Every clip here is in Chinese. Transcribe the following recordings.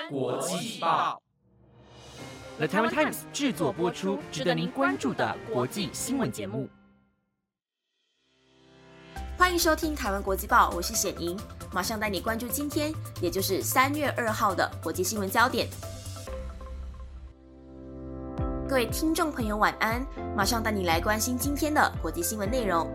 国际报 The Taiwan Times 制作播出，值得您关注的国际新闻节目。 欢迎收听台湾国际报，我是显莹，马上带你关注今天，也就是3月2号的国际新闻焦点。各位听众朋友晚安，马上带你来关心今天的国际新闻内容。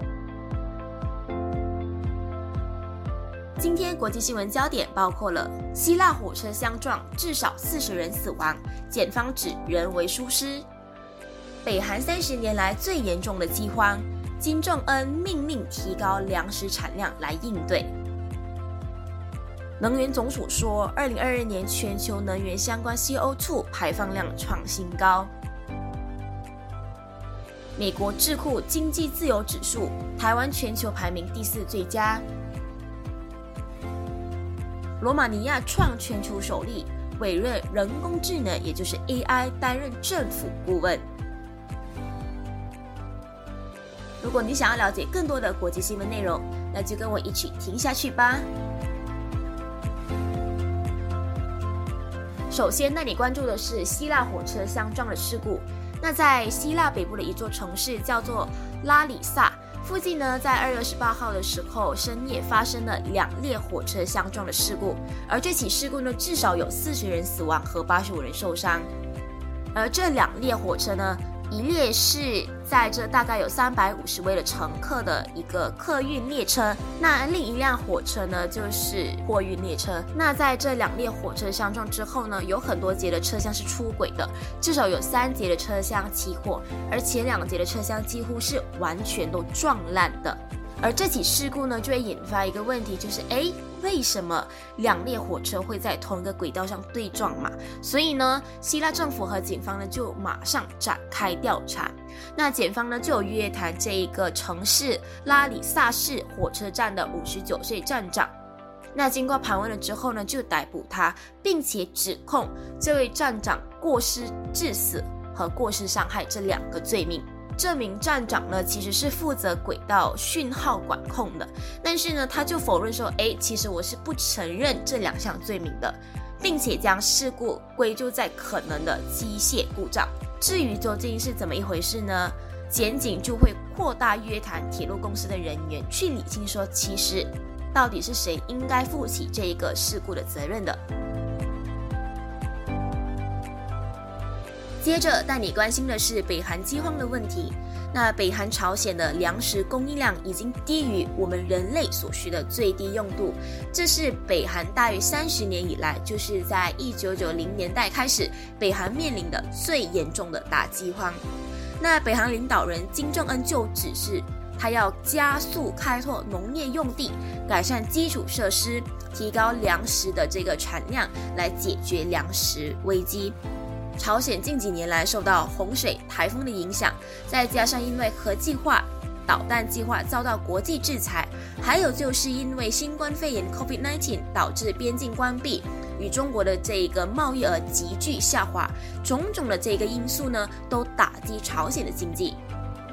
今天国际新闻焦点包括了希腊火车相撞，至少40人死亡，检方指人为疏失；北韩30年来最严重的饥荒，金正恩命令提高粮食产量来应对。能源总署说，2022年全球能源相关 CO2 排放量创新高。美国智库经济自由指数，台湾全球排名第4最佳。罗马尼亚创全球首例，委任人工智能，也就是 AI 担任政府顾问。如果你想要了解更多的国际新闻内容，那就跟我一起听下去吧。首先带你关注的是希腊火车相撞的事故。那在希腊北部的一座城市叫做拉里萨附近呢，在2月18号的时候深夜发生了2列火车相撞的事故，而这起事故呢，至少有40人死亡和85人受伤。而这2列火车呢，一列是载着大概有350位的乘客的一个客运列车，那另一辆火车呢就是货运列车。那在这2列火车相撞之后呢，有很多节的车厢是出轨的，至少有3节的车厢起火，而前2节的车厢几乎是完全都撞烂的。而这起事故呢，就会引发一个问题，就是为什么2列火车会在同一个轨道上对撞嘛？所以呢，希腊政府和警方呢就马上展开调查。那检方呢就有约谈这一个城市拉里萨市火车站的59岁站长。那经过盘问了之后呢，就逮捕他，并且指控这位站长过失致死和过失伤害这2个罪名。这名站长呢，其实是负责轨道讯号管控的，但是呢，他就否认说，其实我是不承认这2项罪名的，并且将事故归咎在可能的机械故障。至于究竟是怎么一回事呢？检警就会扩大约谈铁路公司的人员，去理清说，其实到底是谁应该负起这一个事故的责任的。接着带你关心的是北韩饥荒的问题。那北韩朝鲜的粮食供应量已经低于我们人类所需的最低用度，这是北韩大约30年以来，就是在1990年代开始，北韩面临的最严重的大饥荒。那北韩领导人金正恩就指示他要加速开拓农业用地，改善基础设施，提高粮食的这个产量，来解决粮食危机。朝鲜近几年来受到洪水、台风的影响，再加上因为核计划、导弹计划遭到国际制裁，还有就是因为新冠肺炎 COVID-19 导致边境关闭，与中国的这个贸易额急剧下滑，种种的这个因素呢，都打击朝鲜的经济。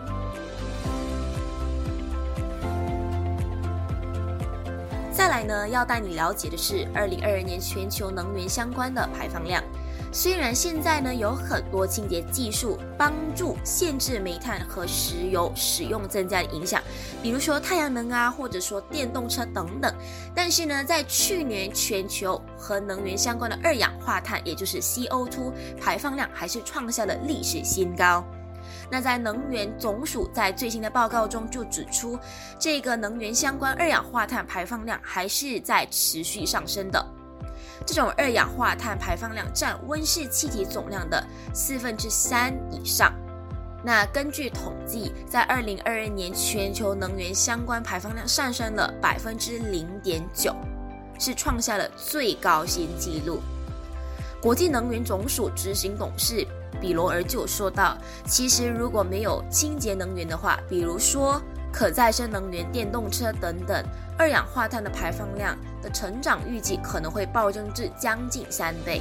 再来呢，要带你了解的是2022年全球能源相关的排放量。虽然现在呢有很多清洁技术帮助限制煤炭和石油使用增加的影响，比如说太阳能啊，或者说电动车等等，但是呢，在去年全球和能源相关的二氧化碳，也就是 CO2 排放量还是创下了历史新高。那在能源总署在最新的报告中就指出，这个能源相关二氧化碳排放量还是在持续上升的。这种二氧化碳排放量占温室气体总量的3/4以上。那根据统计，在2022年全球能源相关排放量上升了 0.9%， 是创下了最高新纪录。国际能源总署执行董事比罗尔就说到，其实如果没有清洁能源的话，比如说可再生能源、电动车等等，二氧化碳的排放量的成长预计可能会暴增至将近3倍。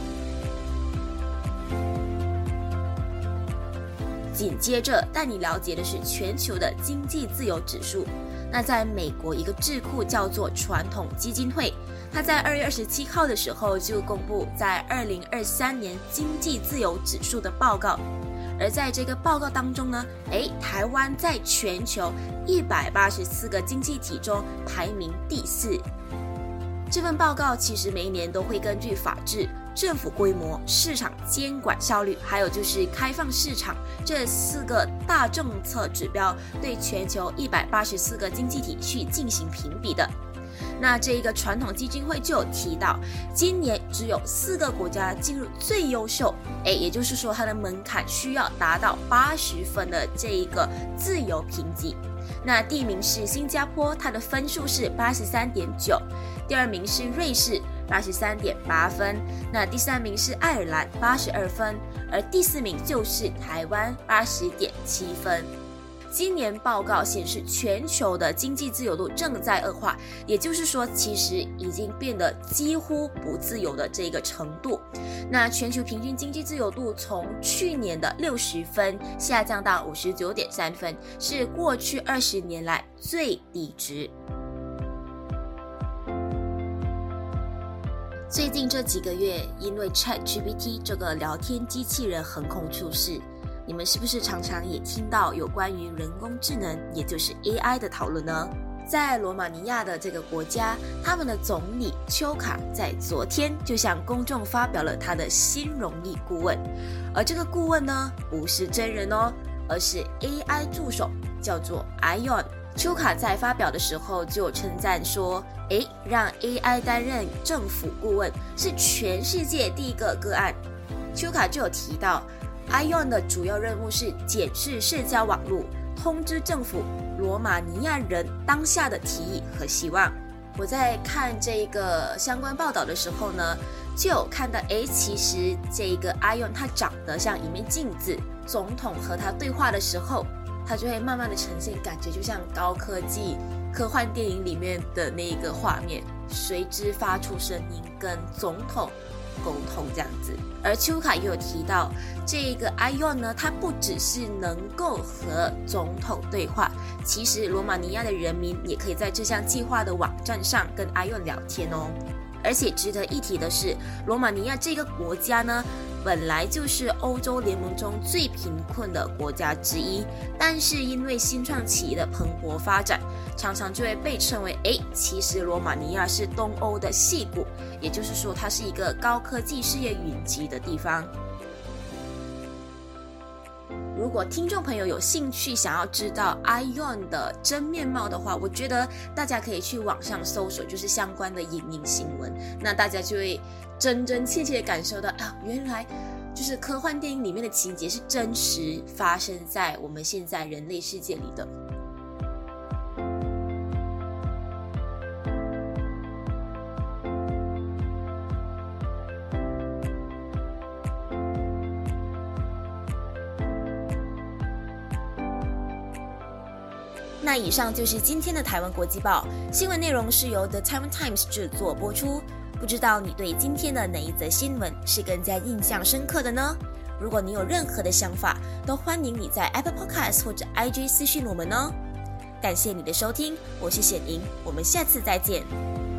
紧接着带你了解的是全球的经济自由指数。那在美国一个智库叫做传统基金会， 他在2月27号的时候就公布在2023年经济自由指数的报告，而在这个报告当中呢，台湾在全球184个经济体中排名第4。这份报告其实每一年都会根据法治、政府规模、市场监管效率，还有就是开放市场这4个大政策指标，对全球184个经济体去进行评比的。那这一个传统基金会就有提到，今年只有4个国家进入最优秀，也就是说它的门槛需要达到80分的这一个自由评级。那第1名是新加坡，它的分数是83.9，第2名是瑞士83.8分，那第3名是爱尔兰82分，而第4名就是台湾80.7分。今年报告显示，全球的经济自由度正在恶化，也就是说其实已经变得几乎不自由的这个程度。那全球平均经济自由度从去年的60分下降到59.3分，是过去20年来最低值。最近这几个月，因为 ChatGPT 这个聊天机器人横空出世，你们是不是常常也听到有关于人工智能，也就是 AI 的讨论呢？在罗马尼亚的这个国家，他们的总理丘卡在昨天就向公众发表了他的新荣誉顾问，而这个顾问呢，不是真人哦，而是 AI 助手，叫做 Ion。丘卡在发表的时候就称赞说，让 AI 担任政府顾问是全世界第一个个案。丘卡就有提到，Ion 的主要任务是检视社交网络，通知政府罗马尼亚人当下的提议和希望。我在看这个相关报道的时候呢，就有看到，其实这个 Ion 它长得像一面镜子，总统和他对话的时候，它就会慢慢的呈现，感觉就像高科技科幻电影里面的那个画面，随之发出声音跟总统沟通这样子。而丘卡也有提到，这个 Ion 呢，它不只是能够和总统对话，其实罗马尼亚的人民也可以在这项计划的网站上跟 Ion 聊天哦。而且值得一提的是，罗马尼亚这个国家呢，本来就是欧洲联盟中最贫困的国家之一，但是因为新创企业的蓬勃发展，常常就会被称为其实罗马尼亚是东欧的矽谷，也就是说它是一个高科技事业云集的地方。如果听众朋友有兴趣想要知道 Ion 的真面貌的话，我觉得大家可以去网上搜索，就是相关的影音新闻，那大家就会真真切切感受到原来就是科幻电影里面的情节是真实发生在我们现在人类世界里的。那以上就是今天的台湾国际报，新闻内容是由 The Taiwan Times 制作播出。不知道你对今天的哪一则新闻是更加印象深刻的呢？如果你有任何的想法，都欢迎你在 Apple Podcast 或者 IG 私讯我们哦。感谢你的收听，我是显莹，我们下次再见。